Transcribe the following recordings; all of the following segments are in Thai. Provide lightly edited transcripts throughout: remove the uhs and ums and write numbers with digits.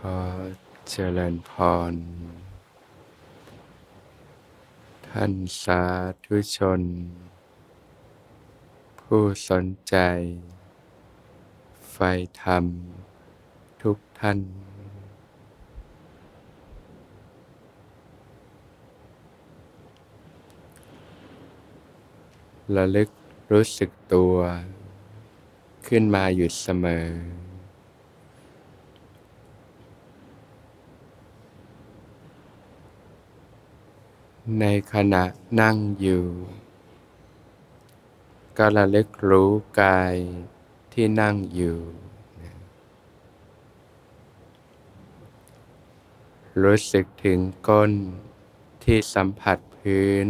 อเจริญพรท่านสาธุชนผู้สนใจใฝ่ธรรมทุกท่านระลึกรู้สึกตัวขึ้นมาอยู่เสมอในขณะนั่งอยู่ก็ระลึกรู้กายที่นั่งอยู่รู้สึกถึงก้นที่สัมผัสพื้น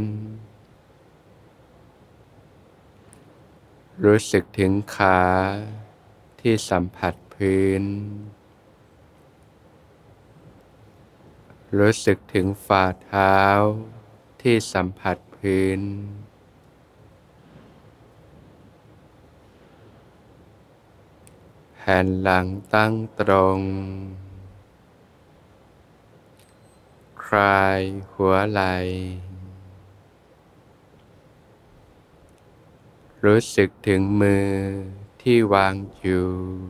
รู้สึกถึงขาที่สัมผัสพื้นรู้สึกถึงฝ่าเท้าที่สัมผัสพื้นแผ่นหลังตั้งตรงคลายหัวไหล่รู้สึกถึงมือที่วางอยู่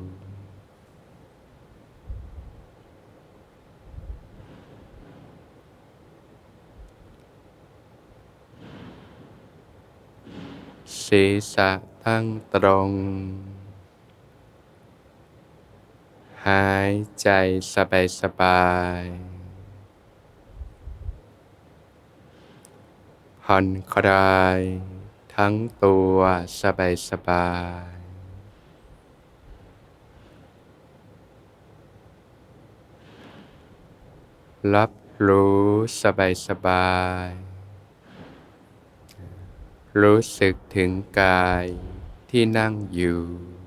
ศีรษะตั้งตรงหายใจสบายๆผ่อนคลายทั้งตัวสบายๆรับรู้สบายๆรู้สึกถึงกายที่นั่งอยู่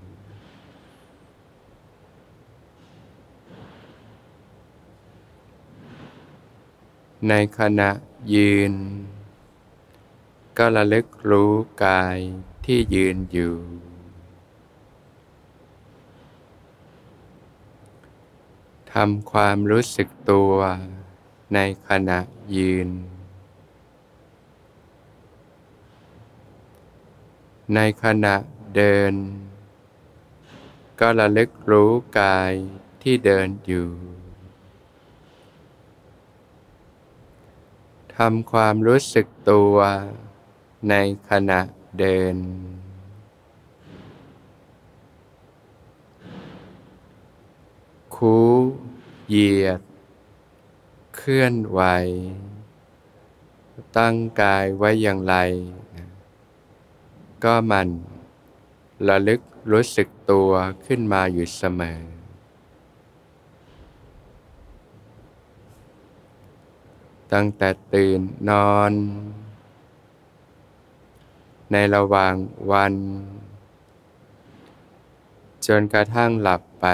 ในขณะยืนก็ระลึกรู้กายที่ยืนอยู่ทำความรู้สึกตัวในขณะยืนในขณะเดินก็ระลึกรู้กายที่เดินอยู่ทำความรู้สึกตัวในขณะเดินคู้เหยียดเคลื่อนไหวตั้งกายไว้อย่างไรก็มันระลึกรู้สึกตัวขึ้นมาอยู่เสมอตั้งแต่ตื่นนอนในระหว่างวันจนกระทั่งหลับไป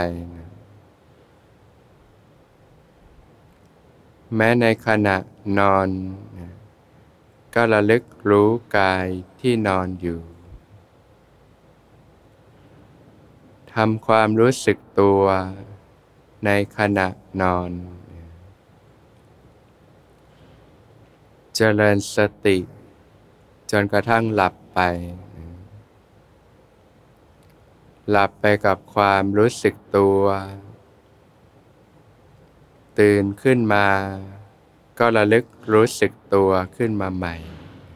แม้ในขณะนอนก็ระลึกรู้กายที่นอนอยู่ทำความรู้สึกตัวในขณะนอนเจริญสติจนกระทั่งหลับไปหลับไปกับความรู้สึกตัวตื่นขึ้นมาก็ระลึกรู้สึกตัวขึ้นมาใหม่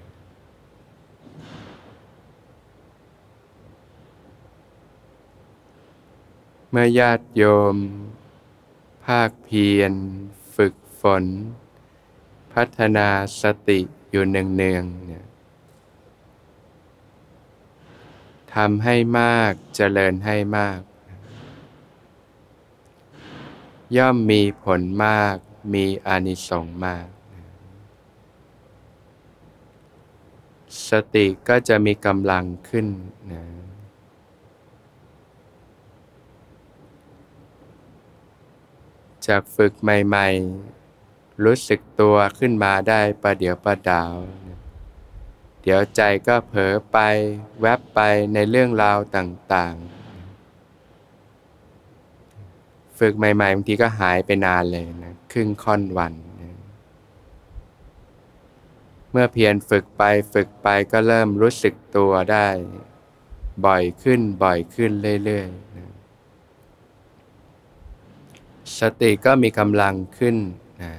เมื่อญาติโยมภาคเพียรฝึกฝนพัฒนาสติอยู่เนืองๆเนี่ยทำให้มากเจริญให้มากย่อมมีผลมากมีอานิสงส์มากสติก็จะมีกำลังขึ้นนะจากฝึกใหม่ๆรู้สึกตัวขึ้นมาได้ประเดี๋ยวประดาวเดี๋ยวใจก็เผลอไปแวบไปในเรื่องราวต่างๆฝึกใหม่ๆบางทีก็หายไปนานเลยนะครึ่งค่อนวันนะเมื่อเพียรฝึกไปก็เริ่มรู้สึกตัวได้บ่อยขึ้นเรื่อยๆนะสติก็มีกำลังขึ้นนะ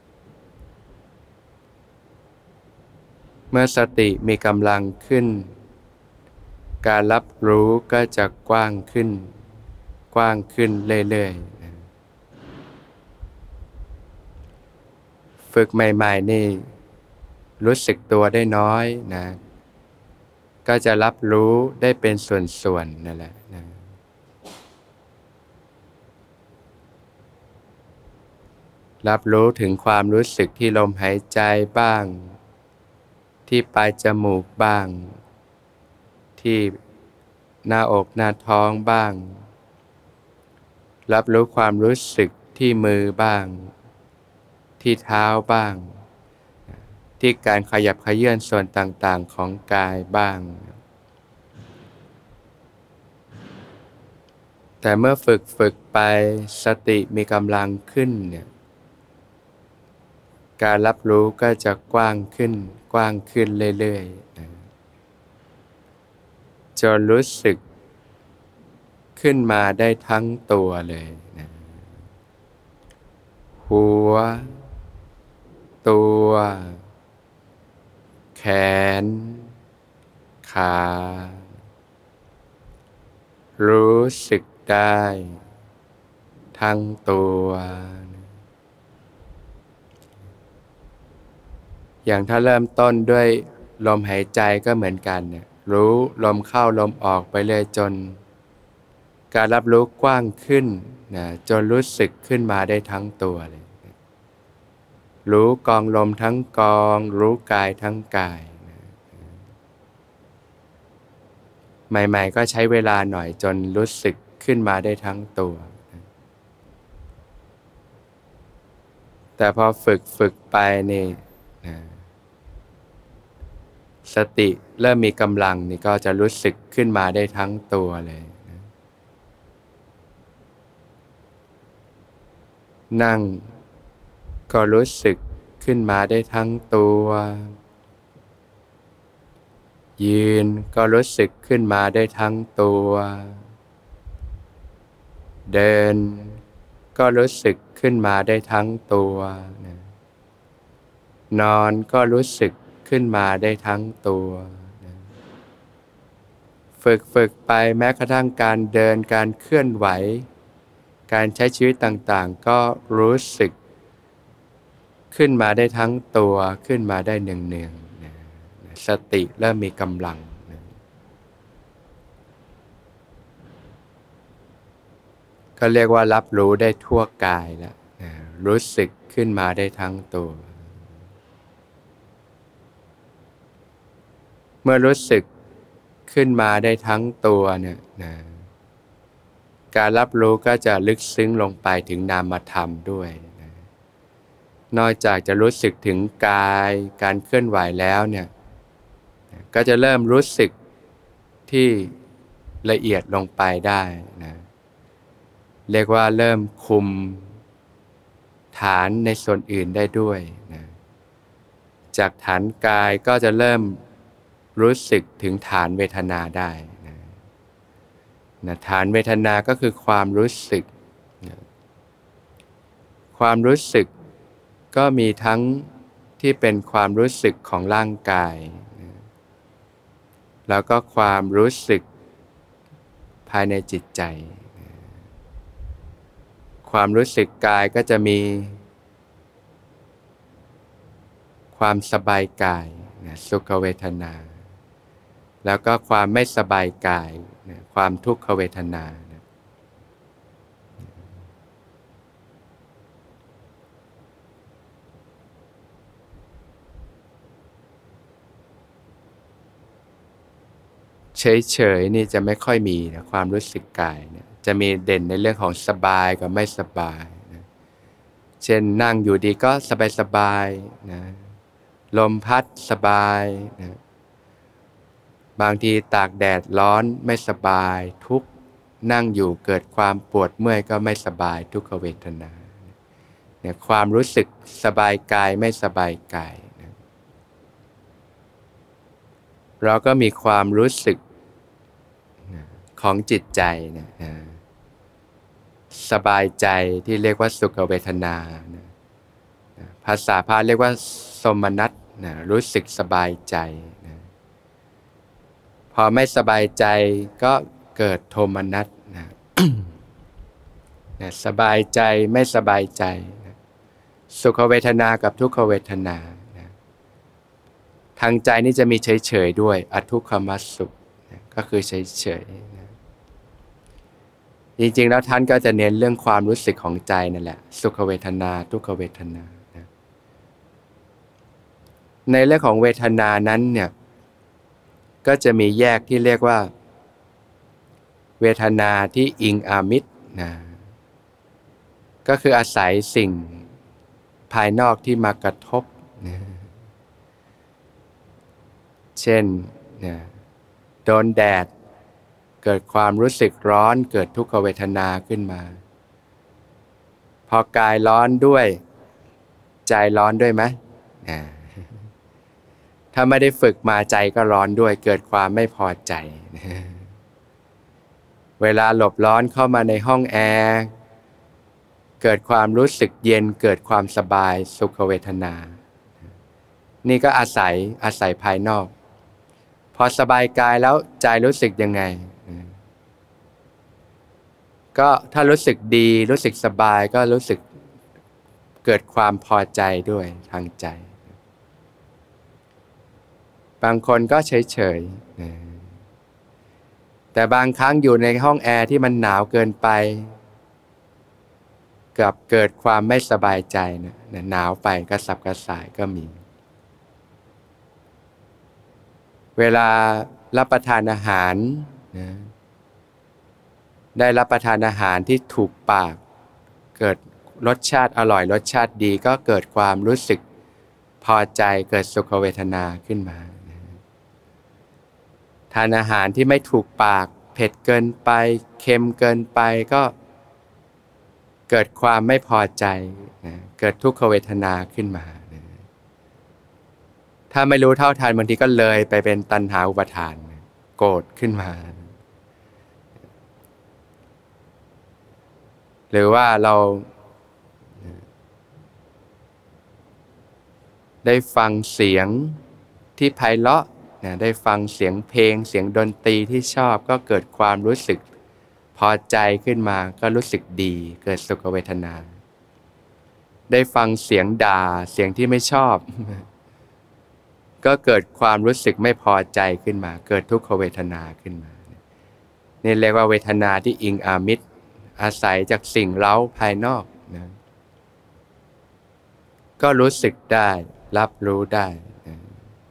เมื่อสติมีกำลังขึ้นการรับรู้ก็จะกว้างขึ้นเรื่อยๆนะฝึกใหม่ๆนี่รู้สึกตัวได้น้อยนะก็จะรับรู้ได้เป็นส่วนๆนั่นแหละนะรับรู้ถึงความรู้สึกที่ลมหายใจบ้างที่ปลายจมูกบ้างที่หน้าอกหน้าท้องบ้างรับรู้ความรู้สึกที่มือบ้างที่เท้าบ้างที่การขยับเขยื้อนส่วนต่างๆของกายบ้างแต่เมื่อฝึกไปสติมีกำลังขึ้นเนี่ยการรับรู้ก็จะกว้างขึ้นเรื่อยๆจนรู้สึกขึ้นมาได้ทั้งตัวเลยนะหัวตัวแขนขารู้สึกได้ทั้งตัวอย่างถ้าเริ่มต้นด้วยลมหายใจก็เหมือนกันเนี่ยรู้ลมเข้าลมออกไปเลยจนการรับรู้กว้างขึ้นนะจนรู้สึกขึ้นมาได้ทั้งตัวเลยรู้กองลมทั้งกองรู้กายทั้งกายนะใหม่ๆก็ใช้เวลาหน่อยจนรู้สึกขึ้นมาได้ทั้งตัวนะแต่พอฝึกไปนี่นะสติเริ่มมีกำลังนี่ก็จะรู้สึกขึ้นมาได้ทั้งตัวเลยนะนั่งก็รู้สึกขึ้นมาได้ทั้งตัวยืนก็รู้สึกขึ้นมาได้ทั้งตัวเดินก็รู้สึกขึ้นมาได้ทั้งตัวนะนอนก็รู้สึกขึ้นมาได้ทั้งตัวนะฝึกไปแม้กระทั่งการเดินการเคลื่อนไหวการใช้ชีวิตต่างๆก็รู้สึกขึ้นมาได้ทั้งตัวขึ้นมาได้เนืองๆนะสติเริ่มมีกำลังนะก็เรียกว่ารับรู้ได้ทั่วกายแล้วนะรู้สึกขึ้นมาได้ทั้งตัวเมื่อรู้สึกขึ้นมาได้ทั้งตัวเนี่ยนะการรับรู้ก็จะลึกซึ้งลงไปถึงนามธรรมด้วยนะนอกจากจะรู้สึกถึงกายการเคลื่อนไหวแล้วเนี่ยก็จะเริ่มรู้สึกที่ละเอียดลงไปได้นะเรียกว่าเริ่มคุมฐานในส่วนอื่นได้ด้วยนะจากฐานกายก็จะเริ่มรู้สึกถึงฐานเวทนาได้นะฐานเวทนาก็คือความรู้สึกนะความรู้สึกก็มีทั้งที่เป็นความรู้สึกของร่างกายนะแล้วก็ความรู้สึกภายในจิตใจนะความรู้สึกกายก็จะมีความสบายกายนะสุขเวทนาแล้วก็ความไม่สบายกายนะความทุกขเวทนานะเฉยๆนี่จะไม่ค่อยมีนะความรู้สึกกายเนี่ยจะมีเด่นในเรื่องของสบายกับไม่สบายนะเช่นนั่งอยู่ดีก็สบายๆนะลมพัดสบายนะบางทีตากแดดร้อนไม่สบายทุกข์นั่งอยู่เกิดความปวดเมื่อยก็ไม่สบายทุกขเวทนาเนี่ยความรู้สึกสบายกายไม่สบายกายนะเราก็มีความรู้สึกของจิตใจนะสบายใจที่เรียกว่าสุขเวทนานะภาษาพาเรียกว่าสมนัตนะรู้สึกสบายใจนะพอไม่สบายใจก็เกิดโทมนัสนะ นะสบายใจไม่สบายใจนะสุขเวทนากับทุกขเวทนานะทางใจนี่จะมีเฉยๆด้วยอทุกขมัสสุขนะก็คือเฉยๆนะจริงๆแล้วท่านก็จะเน้นเรื่องความรู้สึกของใจนั่นแหละสุขเวทนาทุกขเวทนานะในเรื่องของเวทนานั้นเนี่ยก็จะมีแยกที่เรียกว่าเวทนาที่อิงอามิตรนะก็คืออาศัยสิ่งภายนอกที่มากระทบนะเช่นนะโดนแดดเกิดความรู้สึกร้อนเกิดทุกขเวทนาขึ้นมาพอกายร้อนด้วยใจร้อนด้วยไหมนะถ้าไม่ได้ฝึกมาใจก็ร้อนด้วยเกิดความไม่พอใจนะเวลาหลบร้อนเข้ามาในห้องแอร์เกิดความรู้สึกเย็นเกิดความสบายสุขเวทนานี่ก็อาศัยภายนอกพอสบายกายแล้วใจรู้สึกยังไงก็ถ้ารู้สึกดีรู้สึกสบายก็รู้สึกเกิดความพอใจด้วยทางใจบางคนก็เฉยๆแต่บางครั้งอยู่ในห้องแอร์ที่มันหนาวเกินไปกับเกิดความไม่สบายใจนะหนาวไปกระสับกระส่ายก็มีเวลารับประทานอาหารนะได้รับประทานอาหารที่ถูกปากเกิดรสชาติอร่อยรสชาติดีก็เกิดความรู้สึกพอใจเกิดสุขเวทนาขึ้นมาทานอาหารที่ไม่ถูกปากเผ็ดเกินไปเค็มเกินไปก็เกิดความไม่พอใจเกิดทุกขเวทนาขึ้นมาถ้าไม่รู้เท่าทันบางทีก็เลยไปเป็นตัณหาอุปาทานโกรธขึ้นมาหรือว่าเราได้ฟังเสียงที่ไพเราะได้ฟังเสียงเพลงเสียงดนตรีที่ชอบก็เกิดความรู้สึกพอใจขึ้นมาก็รู้สึกดีเกิดสุขเวทนาได้ฟังเสียงด่าเสียงที่ไม่ชอบก็เกิดความรู้สึกไม่พอใจขึ้นมาเกิดทุกขเวทนาขึ้นมานี่เรียกว่าเวทนาที่อิงอามิตรอาศัยจากสิ่งเร้าภายนอกนะก็รู้สึกได้รับรู้ได้นะ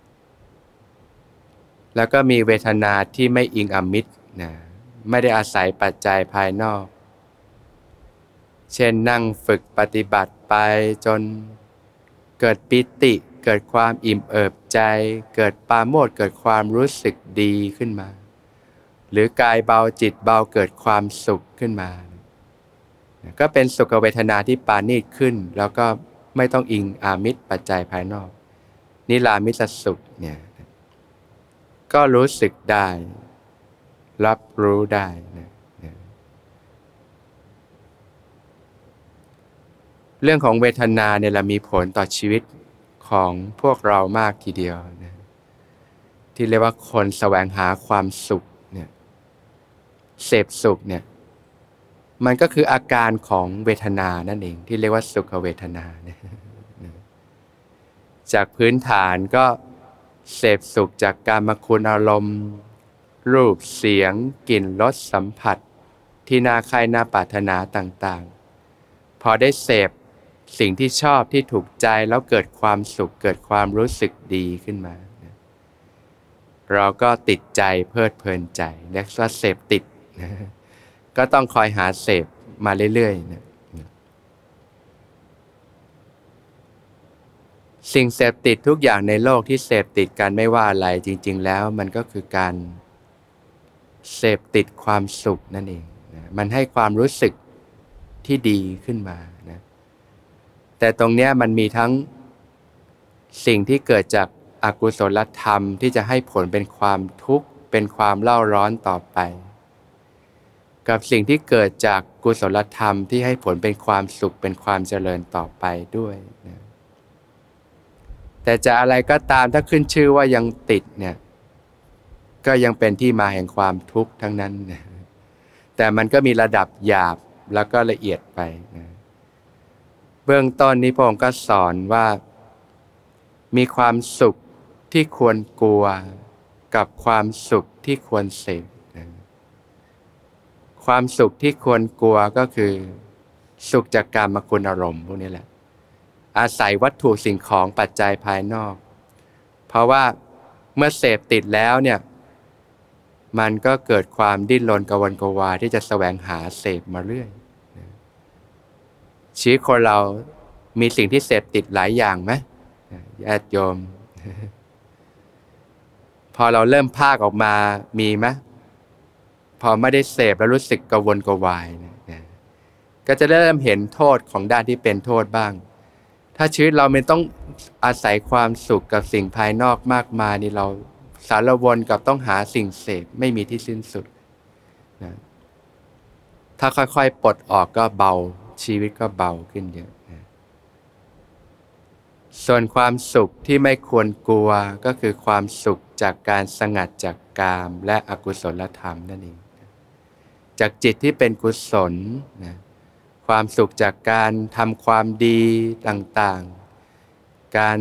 แล้วก็มีเวทนาที่ไม่อิงอามิตรนะไม่ได้อาศัยปัจจัยภายนอกเช่นนั่งฝึกปฏิบัติไปจนเกิดปิติเกิดความอิ่มเอิบใจเกิดปราโมทย์เกิดความรู้สึกดีขึ้นมาหรือกายเบาจิตเบาเกิดความสุขขึ้นมาก็เป็นสุขเวทนาที่ปราณีตขึ้นแล้วก็ไม่ต้องอิงอามิตรปัจจัยภายนอกนิรามิตสุขเนี่ยก็รู้สึกได้รับรู้ได้นะเรื่องของเวทนาเนี่ยเรามีผลต่อชีวิตของพวกเรามากทีเดียวนะที่เรียกว่าคนแสวงหาความสุขเนี่ยเสพสุขเนี่ยมันก็คืออาการของเวทนานั่นเองที่เรียกว่าสุขเวทนาเนี่ยจากพื้นฐานก็เสพสุขจากกามคุณอารมณ์รูปเสียงกลิ่นรสสัมผัสที่น่าใคร่น่าปรารถนาต่างๆพอได้เสพสิ่งที่ชอบที่ถูกใจแล้วเกิดความสุขเกิดความรู้สึกดีขึ้นมาเราก็ติดใจเพลิดเพลินใจเรียกว่าเสพติดก็ต้องคอยหาเสพมาเรื่อยๆนะสิ่งเสพติดทุกอย่างในโลกที่เสพติดกันไม่ว่าอะไรจริงๆแล้วมันก็คือการเสพติดความสุขนั่นเองนะมันให้ความรู้สึกที่ดีขึ้นมานะแต่ตรงเนี้ยมันมีทั้งสิ่งที่เกิดจากอกุศลธรรมที่จะให้ผลเป็นความทุกข์เป็นความเล่าร้อนต่อไปกับสิ่งที่เกิดจากกุศลธรรมที่ให้ผลเป็นความสุขเป็นความเจริญต่อไปด้วยนะแต่จะอะไรก็ตามถ้าขึ้นชื่อว่ายังติดเนี่ยก็ยังเป็นที่มาแห่งความทุกข์ทั้งนั้นนะแต่มันก็มีระดับหยาบแล้วก็ละเอียดไปนะเบื้องต้นนี้พระองค์ก็สอนว่ามีความสุขที่ควรกลัวกับความสุขที่ควรเสพนะความสุขที่ควรกลัวก็คือสุขจากกามคุณอารมณ์พวกนี้แหละอาศัยวัตถุสิ่งของปัจจัยภายนอกเพราะว่าเมื่อเสพติดแล้วเนี่ยมันก็เกิดความดิ้นรนกระวนกระวายที่จะแสวงหาเสพมาเรื่อยชีวิตคนเรามีสิ่งที่เสพติดหลายอย่างไหมญาติโยม พอเราเริ่มพากออกมามีไหมพอไม่ได้เสพแล้วรู้สึกกระวนกระวายนะก็จะเริ่มเห็นโทษของด้านที่เป็นโทษบ้างถ้าชีวิตเราไม่ต้องอาศัยความสุขกับสิ่งภายนอกมากมายนี่เราสารวนกับต้องหาสิ่งเสพไม่มีที่สิ้นสุดนะถ้าค่อยๆปลดออกก็เบาชีวิตก็เบาขึ้นเยอะนะส่วนความสุขที่ไม่ควรกลัวก็คือความสุขจากการสงัดจากกามและอกุศลธรรมนั่นเองจากจิตที่เป็นกุศลนะความสุขจากการทำความดีต่างๆการ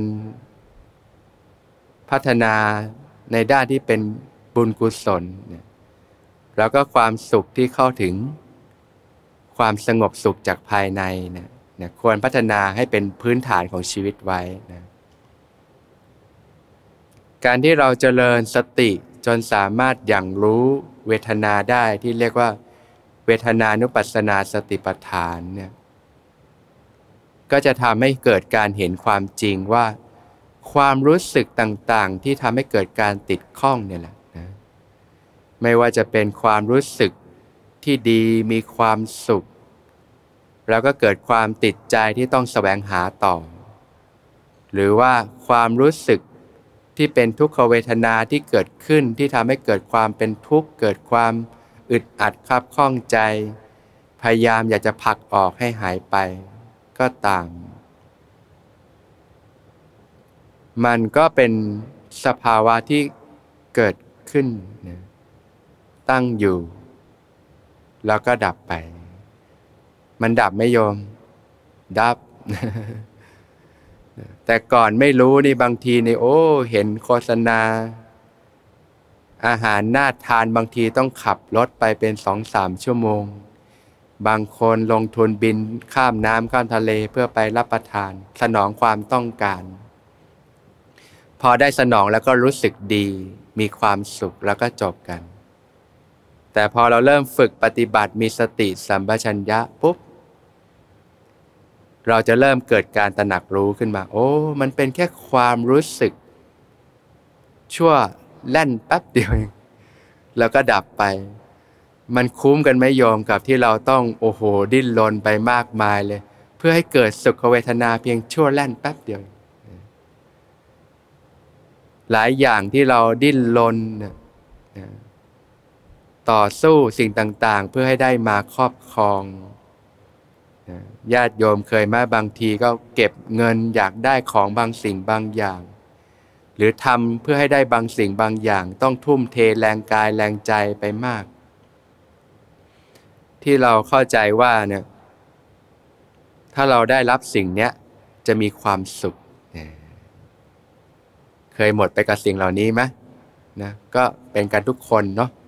พัฒนาในด้านที่เป็นบุญกุศลนะแล้วก็ความสุขที่เข้าถึงความสงบสุขจากภายในนะควรพัฒนาให้เป็นพื้นฐานของชีวิตไว้นะการที่เราเจริญสติจนสามารถอย่างรู้เวทนาได้ที่เรียกว่าเวทนานุปัสสนาสติปัฏฐานเนี่ยก็จะทำให้เกิดการเห็นความจริงว่าความรู้สึกต่างๆที่ทำให้เกิดการติดข้องเนี่ยแหละนะไม่ว่าจะเป็นความรู้สึกที่ดีมีความสุขแล้วก็เกิดความติดใจที่ต้องแสวงหาต่อหรือว่าความรู้สึกที่เป็นทุกขเวทนาที่เกิดขึ้นที่ทำให้เกิดความเป็นทุกข์เกิดความอึดอัดคับข้องใจพยายามอยากจะผลักออกให้หายไปก็ตามมันก็เป็นสภาวะที่เกิดขึ้นนะตั้งอยู่แล้วก็ดับไปมันดับไหมโยมดับ แต่ก่อนไม่รู้นี่บางทีนี่โอ้เห็นโฆษณาอาหารน่าทานบางทีต้องขับรถไปเป็น 2-3 ชั่วโมงบางคนลงทุนบินข้ามน้ำข้ามทะเลเพื่อไปรับประทานสนองความต้องการพอได้สนองแล้วก็รู้สึกดีมีความสุขแล้วก็จบกันแต่พอเราเริ่มฝึกปฏิบัติมีสติสัมปชัญญะปุ๊บเราจะเริ่มเกิดการตระหนักรู้ขึ้นมาโอ้มันเป็นแค่ความรู้สึกชั่วแล่นแป๊บเดียวเองแล้วก็ดับไปมันคุ้มกันไหมโยมกับที่เราต้องโอ้โหดิ้นรนไปมากมายเลยเพื่อให้เกิดสุขเวทนาเพียงชั่วแล่นแป๊บเดียวหลายอย่างที่เราดิ้นรนต่อสู้สิ่งต่างๆเพื่อให้ได้มาครอบครองญาติโยมเคยมาบางทีก็เก็บเงินอยากได้ของบางสิ่งบางอย่างหรือทำเพื่อให้ได้บางสิ่งบางอย่างต้องทุ่มเทแรงกายแรงใจไปมากที่เราเข้าใจว่าเนี่ยถ้าเราได้รับสิ่งเนี้ยจะมีความสุขเคยหมดไปกับสิ่งเหล่านี้ไหมนะก็เป็นกันทุกคนเนาะ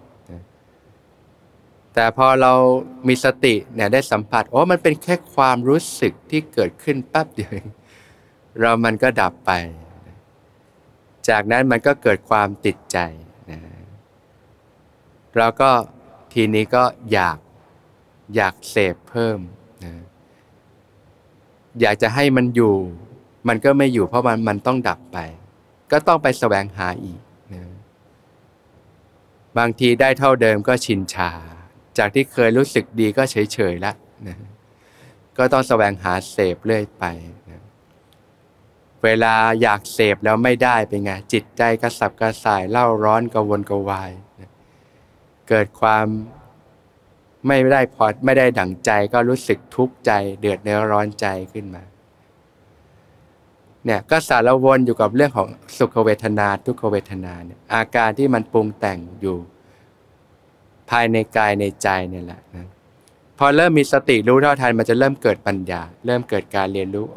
แต่พอเรามีสติเนี่ยได้สัมผัสโอ้มันเป็นแค่ความรู้สึกที่เกิดขึ้นแป๊บเดียวเรามันก็ดับไปจากนั้นมันก็เกิดความติดใจนะเราก็ทีนี้ก็อยากเสพเพิ่มนะอยากจะให้มันอยู่มันก็ไม่อยู่เพราะมันต้องดับไปก็ต้องไปแสวงหาอีกนะบางทีได้เท่าเดิมก็ชินชาจากที่เคยรู้สึกดีก็เฉยๆแล้วนะก็ต้องแสวงหาเสพเรื่อยไปนะเวลาอยากเสพแล้วไม่ได้เป็นไงจิตใจกระสับกระส่ายเล่าร้อนกระวนกระวายนะเกิดความไม่ได้ดั่งใจก็รู้สึกทุกข์ใจเดือดเนื้อร้อนใจขึ้นมาเนี่ยก็สารวนอยู่กับเรื่องของสุขเวทนาทุกขเวทนาเนี่ยอาการที่มันปรุงแต่งอยู่ภายในกายในใจเนี่ยแหละนะพอเริ่มมีสติรู้เท่าทันมันจะเริ่มเกิดปัญญาเริ่มเกิดการเรียนรู้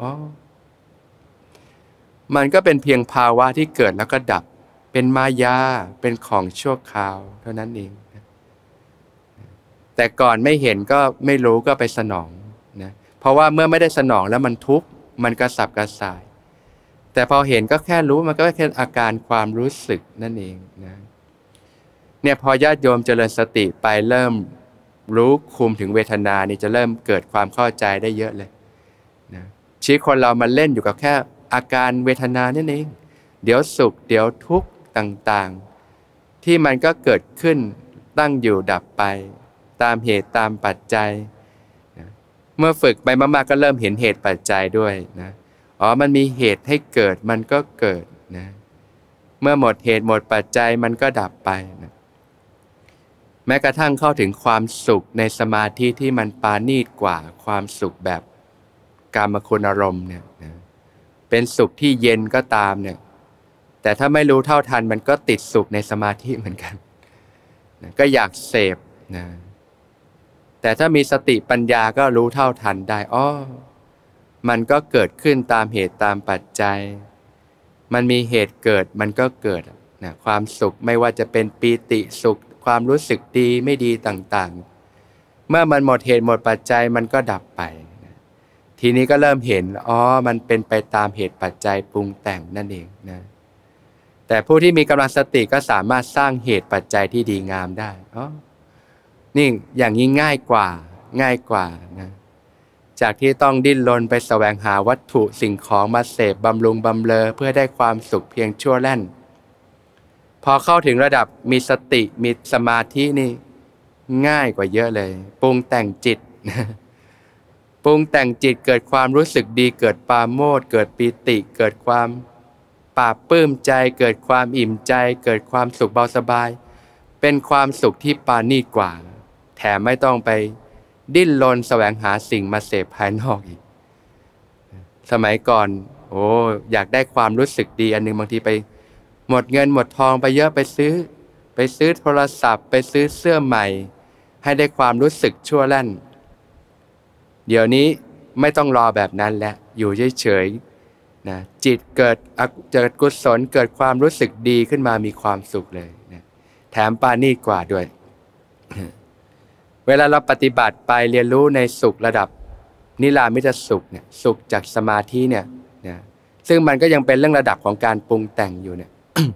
มันก็เป็นเพียงภาวะที่เกิดแล้วก็ดับเป็นมายาเป็นของชั่วคราวเท่านั้นเองนะแต่ก่อนไม่เห็นก็ไม่รู้ก็ไปสนองนะเพราะว่าเมื่อไม่ได้สนองแล้วมันทุกข์มันกระสับกระส่ายแต่พอเห็นก็แค่รู้มันก็แค่อาการความรู้สึกนั่นเองนะเนี่ยพอญาติโยมเจริญสติไปเริ่มรู้คุมถึงเวทนานี่จะเริ่มเกิดความเข้าใจได้เยอะเลยนะชีวิตคนเรามันเล่นอยู่กับแค่อาการเวทนานั่นเองเดี๋ยวสุขเดี๋ยวทุกข์ต่างๆที่มันก็เกิดขึ้นตั้งอยู่ดับไปตามเหตุตามปัจจัยนะเมื่อฝึกไปมากๆก็เริ่มเห็นเหตุปัจจัยด้วยนะมันมีเหตุให้เกิดมันก็เกิดนะเมื่อหมดเหตุหมดปัจจัยมันก็ดับไปนะแม้กระทั่งเข้าถึงความสุขในสมาธิที่มันปราณีตกว่าความสุขแบบกามคุณอารมณ์เนี่ยนะเป็นสุขที่เย็นก็ตามเนี่ยแต่ถ้าไม่รู้เท่าทันมันก็ติดสุขในสมาธิเหมือนกันนะก็อยากเสพนะแต่ถ้ามีสติปัญญาก็รู้เท่าทันได้มันก็เกิดขึ้นตามเหตุตามปัจจัยมันมีเหตุเกิดมันก็เกิดนะความสุขไม่ว่าจะเป็นปีติสุขความรู้สึกดีไม่ดีต่างๆเมื่อมันหมดเหตุหมดปัจจัยมันก็ดับไปนะทีนี้ก็เริ่มเห็นมันเป็นไปตามเหตุปัจจัยปรุงแต่งนั่นเองนะแต่ผู้ที่มีกำลังสติก็สามารถสร้างเหตุปัจจัยที่ดีงามได้นี่อย่างนี้ง่ายกว่านะจากที่ต้องดิ้นรนไปแสวงหาวัตถุสิ่งของมาเสพบำรุงบำเรอเพื่อได้ความสุขเพียงชั่วแล่นพอเข้าถึงระดับมีสติมีสมาธินี่ง่ายกว่าเยอะเลยปรุงแต่งจิตปรุงแต่งจิตเกิดความรู้สึกดีเกิดปราโมทย์เกิดปีติเกิดความปราบปลื้มใจเกิดความอิ่มใจเกิดความสุขเบาสบายเป็นความสุขที่ปราณีตกว่าแถมไม่ต้องไปดิ้นรนแสวงหาสิ่งมาเสพภายนอกอีกสมัยก่อนอยากได้ความรู้สึกดีอันนึงบางทีไปหมดเงินหมดทองไปเยอะไปซื้อโทรศัพท์ไปซื้อเสื้อใหม่ให้ได้ความรู้สึกชั่วแล่นเดี๋ยวนี้ไม่ต้องรอแบบนั้นแล้วอยู่เฉยๆนะจิตเกิดกุศลเกิดความรู้สึกดีขึ้นมามีความสุขเลยนะแถมปราณีตกว่าด้วย เวลาเราปฏิบัติไปเรียนรู้ในสุขระดับนิรามิตสุขเนี่ยสุขจากสมาธิเนี่ยนะซึ่งมันก็ยังเป็นเรื่องระดับของการปรุงแต่งอยู่เนี่ย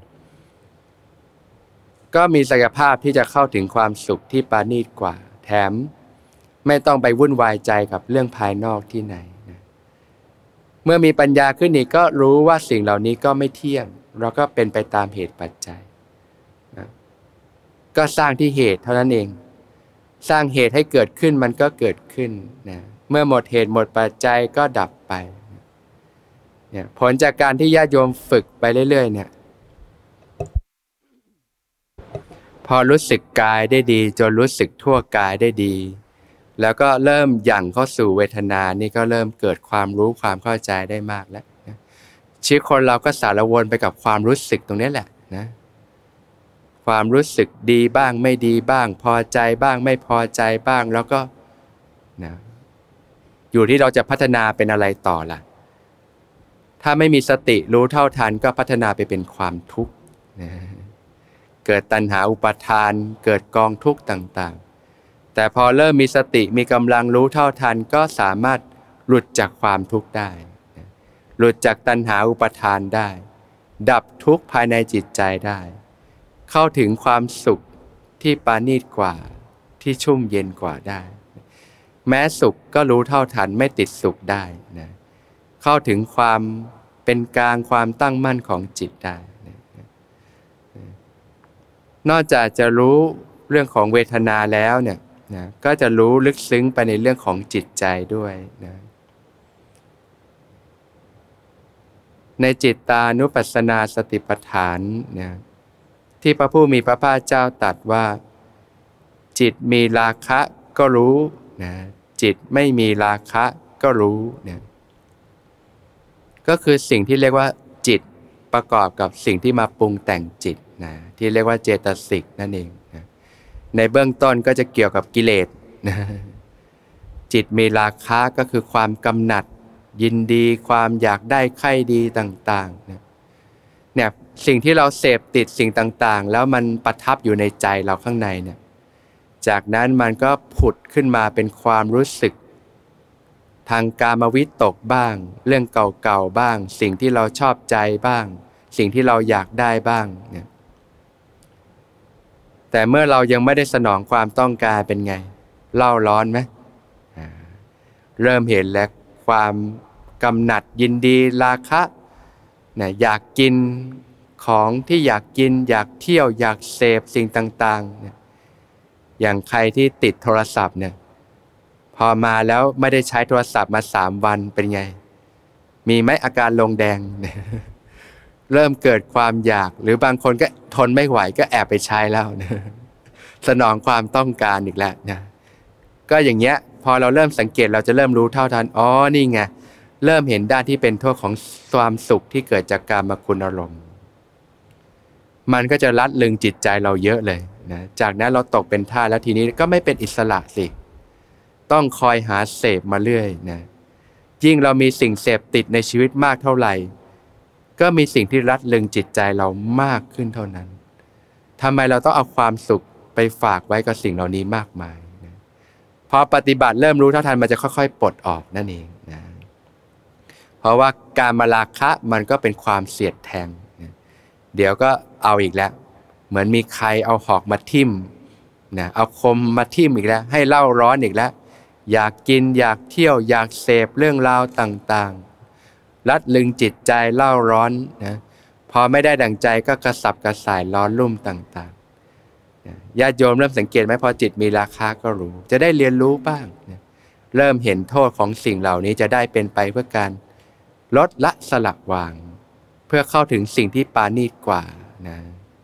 ก็มีศักยภาพที่จะเข้าถึงความสุขที่ปราณีตกว่าแถมไม่ต้องไปวุ่นวายใจกับเรื่องภายนอกที่ไหนนะเมื่อมีปัญญาขึ้นอีกก็รู้ว่าสิ่งเหล่านี้ก็ไม่เที่ยงเราก็เป็นไปตามเหตุปัจจัยนะก็สร้างที่เหตุเท่านั้นเองสร้างเหตุให้เกิดขึ้นมันก็เกิดขึ้นนะเมื่อหมดเหตุหมดปัจจัยก็ดับไปเนี่ยผลจากการที่ญาติโยมฝึกไปเรื่อยๆเนี่ยพอรู้สึกกายได้ดีจนรู้สึกทั่วกายได้ดีแล้วก็เริ่มหยั่งเข้าสู่เวทนานี่ก็เริ่มเกิดความรู้ความเข้าใจได้มากแล้วนะชีวิตคนเราก็สารวนไปกับความรู้สึกตรงนี้แหละนะความรู้สึกดีบ้างไม่ดีบ้างพอใจบ้างไม่พอใจบ้างแล้วก็นะอยู่ที่เราจะพัฒนาเป็นอะไรต่อล่ะถ้าไม่มีสติรู้เท่าทันก็พัฒนาไปเป็นความทุกข์นะเกิดตัณหาอุปาทานเกิดกองทุกข์ต่างๆแต่พอเริ่มมีสติมีกำลังรู้เท่าทันก็สามารถหลุดจากความทุกข์ได้หลุดจากตัณหาอุปาทานได้ดับทุกข์ภายในจิตใจได้เข้าถึงความสุขที่ปราณีตกว่าที่ชุ่มเย็นกว่าได้แม้สุขก็รู้เท่าทันไม่ติดสุขได้นะเข้าถึงความเป็นกลางความตั้งมั่นของจิตได้นะนอกจากจะรู้เรื่องของเวทนาแล้วเนี่ยนะก็จะรู้ลึกซึ้งไปในเรื่องของจิตใจด้วยนะในจิตตานุปัสสนาสติปัฏฐานนะที่พระผู้มีพระภาคเจ้าตรัสว่าจิตมีราคะก็รู้นะจิตไม่มีราคะก็รู้นะก็คือสิ่งที่เรียกว่าจิตประกอบกับสิ่งที่มาปรุงแต่งจิตนะที่เรียกว่าเจตสิกนั่นเองนะในเบื้องต้นก็จะเกี่ยวกับกิเลสนะจิตมีราคะก็คือความกำหนัดยินดีความอยากได้ใคร่ดีต่างๆเนี่ยสิ่งที่เราเสพติดสิ่งต่างๆแล้วมันประทับอยู่ในใจเราข้างในเนี่ยจากนั้นมันก็ผุดขึ้นมาเป็นความรู้สึกทางกามวิตกบ้างเรื่องเก่าๆบ้างสิ่งที่เราชอบใจบ้างสิ่งที่เราอยากได้บ้างเนี่ยแต่เมื่อเรายังไม่ได้สนองความต้องการเป็นไงเล่าร้อนไหมเริ่มเห็นแล้วความกำหนัดยินดีราคะเนี่ยอยากกินของที่อยากกินอยากเที่ยวอยากเสพสิ่งต่างๆเนี่ยอย่างใครที่ติดโทรศัพท์เนี่ยพอมาแล้วไม่ได้ใช้โทรศัพท์มา3 วันเป็นไงมีไหมอาการลงแดง เริ่มเกิดความอยากหรือบางคนก็ทนไม่ไหวก็แอบไปใช้แล้วนะสนองความต้องการอีกแล้วนะก็อย่างเงี้ยพอเราเริ่มสังเกตเราจะเริ่มรู้เท่าทันอ๋อนี่ไงเริ่มเห็นด้านที่เป็นโทษของความสุขที่เกิดจากกามคุณอารมณ์มันก็จะลัดลึงจิตใจเราเยอะเลยนะจากนั้นเราตกเป็นทาสแล้วทีนี้ก็ไม่เป็นอิสระสิต้องคอยหาเสพมาเรื่อยนะยิ่งเรามีสิ่งเสพติดในชีวิตมากเท่าไหร่ก็มีสิ่งที่รัดลึงจิตใจเรามากขึ้นเท่านั้นทำไมเราต้องเอาความสุขไปฝากไว้กับสิ่งเหล่านี้มากมายนะพอปฏิบัติเริ่มรู้เท่าทันมันจะค่อยๆปลดออกนั่นเองนะเพราะว่าการมาราคะมันก็เป็นความเสียดแทงนะเดี๋ยวก็เอาอีกแล้วเหมือนมีใครเอาหอกมาทิ่มนะเอาคมมาทิ่มอีกแล้วให้เล่าร้อนอีกแล้วอยากกินอยากเที่ยวอยากเสพเรื่องราวต่างๆลัดลึงจิตใจเล่าร้อนนะพอไม่ได้ดั่งใจก็กระสับกระส่ายร้อนรุ่มต่างๆญาติโยมเริ่มสังเกตไหมพอจิตมีราคะก็รู้จะได้เรียนรู้บ้างนะเริ่มเห็นโทษของสิ่งเหล่านี้จะได้เป็นไปเพื่อการลดละสลักวางเพื่อเข้าถึงสิ่งที่ปราณีตกว่านะ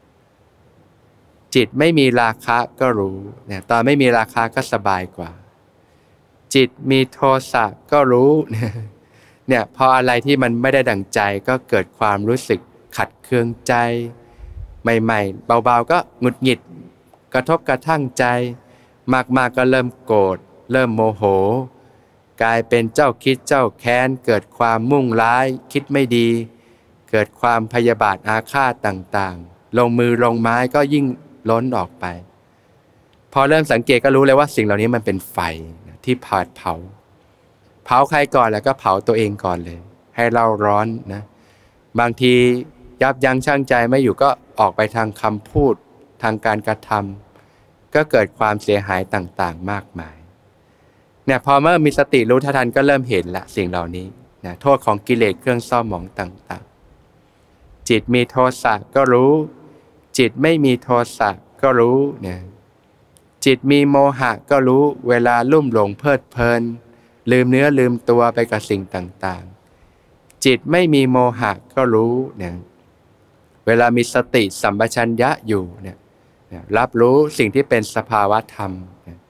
จิตไม่มีราคะก็รู้นะตอนไม่มีราคะก็สบายกว่าจิตมีโทสะก็รู้เนี่ยพออะไรที่มันไม่ได้ดั่งใจก็เกิดความรู้สึกขัดเคืองใจใหม่ๆเบาๆก็หงุดหงิดกระทบกระทั่งใจมากๆก็เริ่มโกรธเริ่มโมโหกลายเป็นเจ้าคิดเจ้าแค้นเกิดความมุ่งร้ายคิดไม่ดีเกิดความพยาบาทอาฆาตต่างๆลงมือลงไม้ก็ยิ่งล้นออกไปพอเริ่มสังเกตก็รู้เลยว่าสิ่งเหล่านี้มันเป็นไฟที่เผาใครก่อนแล้วก็เผาตัวเองก่อนเลยให้เราร้อนนะบางทียับยั้งชั่งใจไม่อยู่ก็ออกไปทางคำพูดทางการกระทำก็เกิดความเสียหายต่างๆมากมายเนี่ยพอเมื่อมีสติรู้ทันก็เริ่มเห็นละสิ่งเหล่านี้นะโทษของกิเลสเครื่องเศร้าหมองต่างๆจิตมีโทสะก็รู้จิตไม่มีโทสะก็รู้นะจิตมีโมหะก็รู้เวลาลุ่มหลงเพลิดเพลินลืมเนื้อลืมตัวไปกับสิ่งต่างๆจิตไม่มีโมหะก็รู้เนี่ยเวลามีสติสัมปชัญญะอยู่เนี่ยรับรู้สิ่งที่เป็นสภาวะธรรม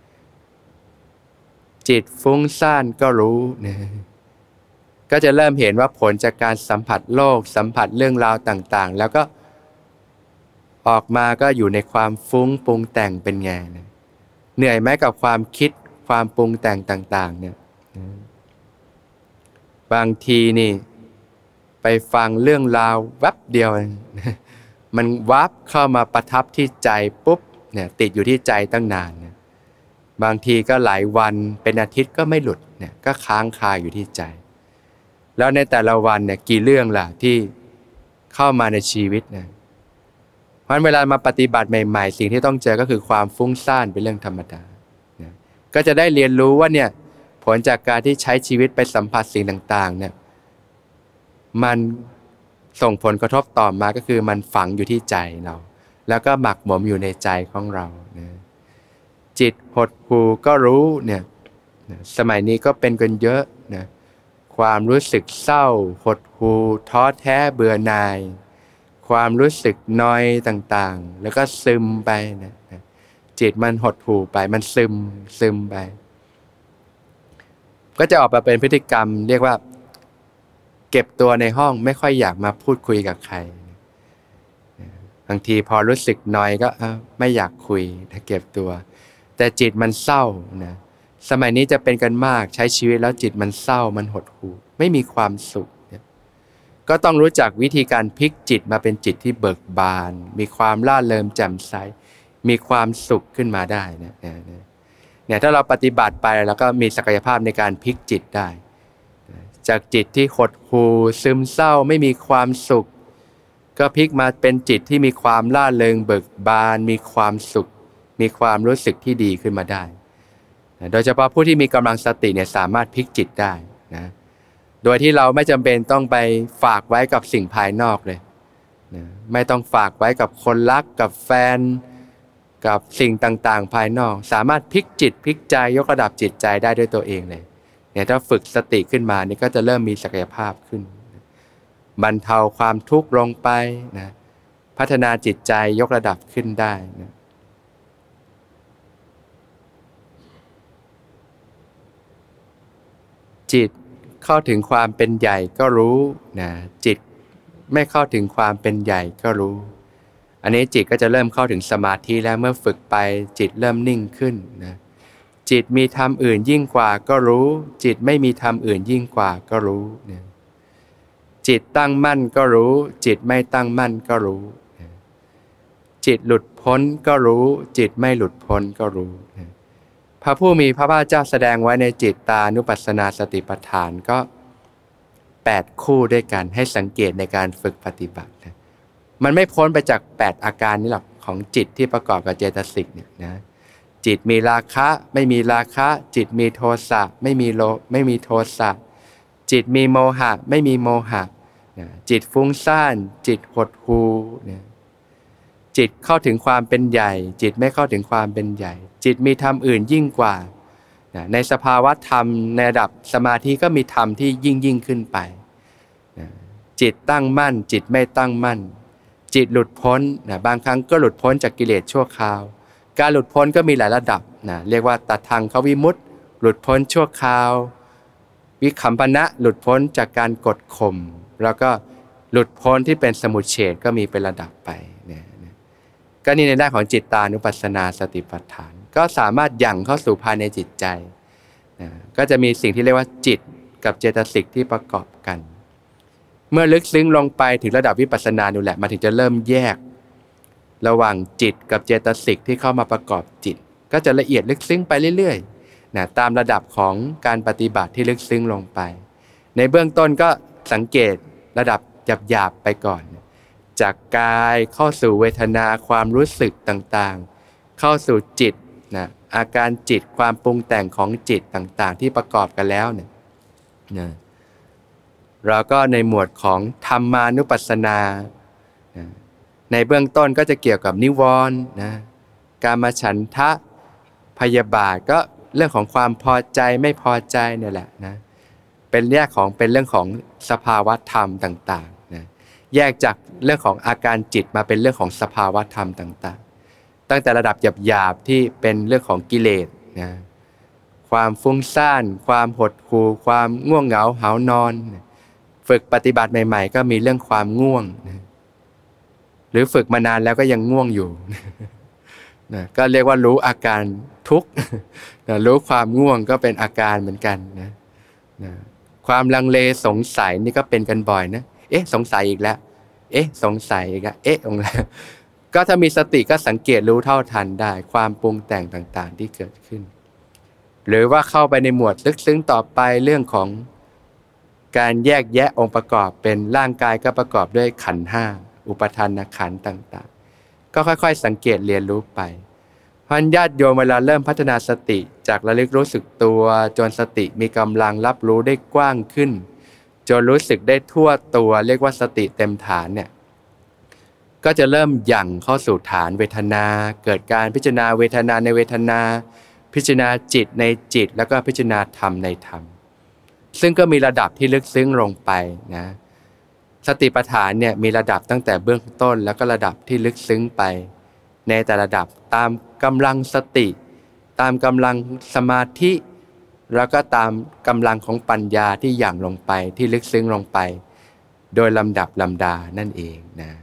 จิตฟุ้งซ่านก็รู้เนี่ยก็จะเริ่มเห็นว่าผลจากการสัมผัสโลกสัมผัสเรื่องราวต่างๆแล้วก็ออกมาก็อยู่ในความฟุ้งปรุงแต่งเป็นไงนะเหนื่อยไหมกับความคิดความปรุงแต่งต่างๆเนี่ยบางทีนี่ไปฟังเรื่องราวแวบเดียวมันวับเข้ามาประทับที่ใจปุ๊บเนี่ยติดอยู่ที่ใจตั้งนานเนี่ยบางทีก็หลายวันเป็นอาทิตย์ก็ไม่หลุดเนี่ยก็ค้างคาอยู่ที่ใจแล้วในแต่ละวันเนี่ยกี่เรื่องล่ะที่เข้ามาในชีวิตนะเพราะเวลามาปฏิบัติใหม่ๆสิ่งที่ต้องเจอก็คือความฟุ้งซ่านเป็นเรื่องธรรมดานะก็จะได้เรียนรู้ว่าเนี่ยผลจากการที่ใช้ชีวิตไปสัมผัสสิ่งต่างๆเนี่ยมันส่งผลกระทบต่อมาก็คือมันฝังอยู่ที่ใจเราแล้วก็หมักหมมอยู่ในใจของเรานะจิตหดหู่ก็รู้เนี่ยสมัยนี้ก็เป็นกันเยอะนะความรู้สึกเศร้าหดหู่ท้อแท้เบื่อหน่ายความรู้สึกนอยต่างๆแล้วก็ซึมไปนะจิตมันหดหู่ไปมันซึมไปก็จะออกมาเป็นพฤติกรรมเรียกว่าเก็บตัวในห้องไม่ค่อยอยากมาพูดคุยกับใครบางทีพอรู้สึกนอยก็ไม่อยากคุยถ้าเก็บตัวแต่จิตมันเศร้านะสมัยนี้จะเป็นกันมากใช้ชีวิตแล้วจิตมันเศร้ามันหดหู่ไม่มีความสุขก็ต้องรู้จักวิธีการพลิกจิตมาเป็นจิตที่เบิกบานมีความร่าเริงแจ่มใสมีความสุขขึ้นมาได้เนี่ยถ้าเราปฏิบัติไปแล้วก็มีศักยภาพในการพลิกจิตได้จากจิตที่หดหู่ซึมเศร้าไม่มีความสุขก็พลิกมาเป็นจิตที่มีความร่าเริงเบิกบานมีความสุขมีความรู้สึกที่ดีขึ้นมาได้โดยเฉพาะผู้ที่มีกำลังสติเนี่ยสามารถพลิกจิตได้นะโดยที่เราไม่จำเป็นต้องไปฝากไว้กับสิ่งภายนอกเลยนะไม่ต้องฝากไว้กับคนรักกับแฟนกับสิ่งต่างๆภายนอกสามารถพลิกจิตพลิกใจยกระดับจิตใจได้ด้วยตัวเองเลยเนี่ยถ้าฝึกสติขึ้นมานี่ก็จะเริ่มมีศักยภาพขึ้นบรรเทาความทุกข์ลงไปนะพัฒนาจิตใจยกระดับขึ้นได้นะจิตเข้าถึงความเป็นใหญ่ก็รู้นะจิตไม่เข้าถึงความเป็นใหญ่ก็รู้อันนี้จิตก็จะเริ่มเข้าถึงสมาธิแล้วเมื่อฝึกไปจิตเริ่มนิ่งขึ้นนะจิตมีธรรมอื่นยิ่งกว่าก็รู้จิตไม่มีธรรมอื่นยิ่งกว่าก็รู้นะจิตตั้งมั่นก็รู้จิตไม่ตั้งมั่นก็รู้นะจิตหลุดพ้นก็รู้จิตไม่หลุดพ้นก็รู้นะพระผู้มีพระภาคเจ้าแสดงไว้ในจิตตานุปัสสนาสติปัฏฐานก็8คู่ด้วยกันให้สังเกตในการฝึกปฏิบัตินะมันไม่พ้นไปจาก8อาการนี้หรอกของจิตที่ประกอบกับเจตสิกเนี่ยนะจิตมีราคะไม่มีราคะจิตมีโทสะไม่มีโทสะจิตมีโมหะไม่มีโมหะนะจิตฟุ้งซ่านจิตหดหู่นะจิตเข้าถึงความเป็นใหญ่จิตไม่เข้าถึงความเป็นใหญ่จิตมีธรรมอื่นยิ่งกว่านะในสภาวะธรรมในระดับสมาธิก็มีธรรมที่ยิ่งขึ้นไปนะจิตตั้งมั่นจิตไม่ตั้งมั่นจิตหลุดพ้นนะบางครั้งก็หลุดพ้นจากกิเลสชั่วคราวการหลุดพ้นก็มีหลายระดับนะเรียกว่าตัทังควิมุตติหลุดพ้นชั่วคราววิคัมปนะหลุดพ้นจากการกดข่มแล้วก็หลุดพ้นที่เป็นสมุจเฉทก็มีเป็นระดับไปเนี่ยก็นี่ในด้านของจิตตานุปัสสนาสติปัฏฐานก็สามารถยั่งเข้าสู่ภายในจิตใจนะก็จะมีสิ่งที่เรียกว่าจิตกับเจตสิกที่ประกอบกันเมื่อลึกซึ้งลงไปถึงระดับวิปัสสนานี่แหละมันถึงจะเริ่มแยกระหว่างจิตกับเจตสิกที่เข้ามาประกอบจิตก็จะละเอียดลึกซึ้งไปเรื่อยๆนะตามระดับของการปฏิบัติที่ลึกซึ้งลงไปในเบื้องต้นก็สังเกตระดับหยาบๆไปก่อนจากกายเข้าสู่เวทนาความรู้สึกต่างๆเข้าสู่จิตนะอาการจิตความปรุงแต่งของจิตต่างๆที่ประกอบกันแล้วเนี่ยนะเราก็ในหมวดของธรรมานุปัสสนานะในเบื้องต้นก็จะเกี่ยวกับนิวรณ์นะกามฉันทะพยาบาทก็เรื่องของความพอใจไม่พอใจเนี่ยแหละนะเป็นเรื่องของสภาวะธรรมต่างๆนะแยกจากเรื่องของอาการจิตมาเป็นเรื่องของสภาวะธรรมต่างๆตั้งแต่ระดับหยาบๆที่เป็นเรื่องของกิเลสนะความฟุ้งซ่านความหดหู่ความง่วงเหงาหาวนอนฝึกปฏิบัติใหม่ๆก็มีเรื่องความง่วงนะหรือฝึกมานานแล้วก็ยังง่วงอยู่นะก็เรียกว่ารู้อาการทุกข์นะรู้ความง่วงก็เป็นอาการเหมือนกันนะความลังเลสงสัยนี่ก็เป็นกันบ่อยนะสงสัยอีกแล้วสงสัยอีกแล้วองค์แล้วก็ถ้ามีสติก็สังเกตรู้เท่าทันได้ความปรุงแต่งต่างๆที่เกิดขึ้นหรือว่าเข้าไปในหมวดลึกซึ้งต่อไปเรื่องของการแยกแยะองค์ประกอบเป็นร่างกายก็ประกอบด้วยขันธ์ห้าอุปทานขันธ์ต่างๆก็ค่อยๆสังเกตเรียนรู้ไปเพราะญาติโยมเวลาเริ่มพัฒนาสติจากระลึกรู้สึกตัวจนสติมีกำลังรับรู้ได้กว้างขึ้นจนรู้สึกได้ทั่วตัวเรียกว่าสติเต็มฐานเนี่ยก็จะเริ่มหยั่งเข้าสู่ฐานเวทนาเกิดการพิจารณาเวทนาในเวทนาพิจารณาจิตในจิตแล้วก็พิจารณาธรรมในธรรมซึ่งก็มีระดับที่ลึกซึ้งลงไปนะสติปัฏฐานเนี่ยมีระดับตั้งแต่เบื้องต้นแล้วก็ระดับที่ลึกซึ้งไปในแต่ระดับตามกำลังสติตามกำลังสมาธิแล้วก็ตามกำลังของปัญญาที่หยั่งลงไปที่ลึกซึ้งลงไปโดยลำดับลำดานั่นเองนะ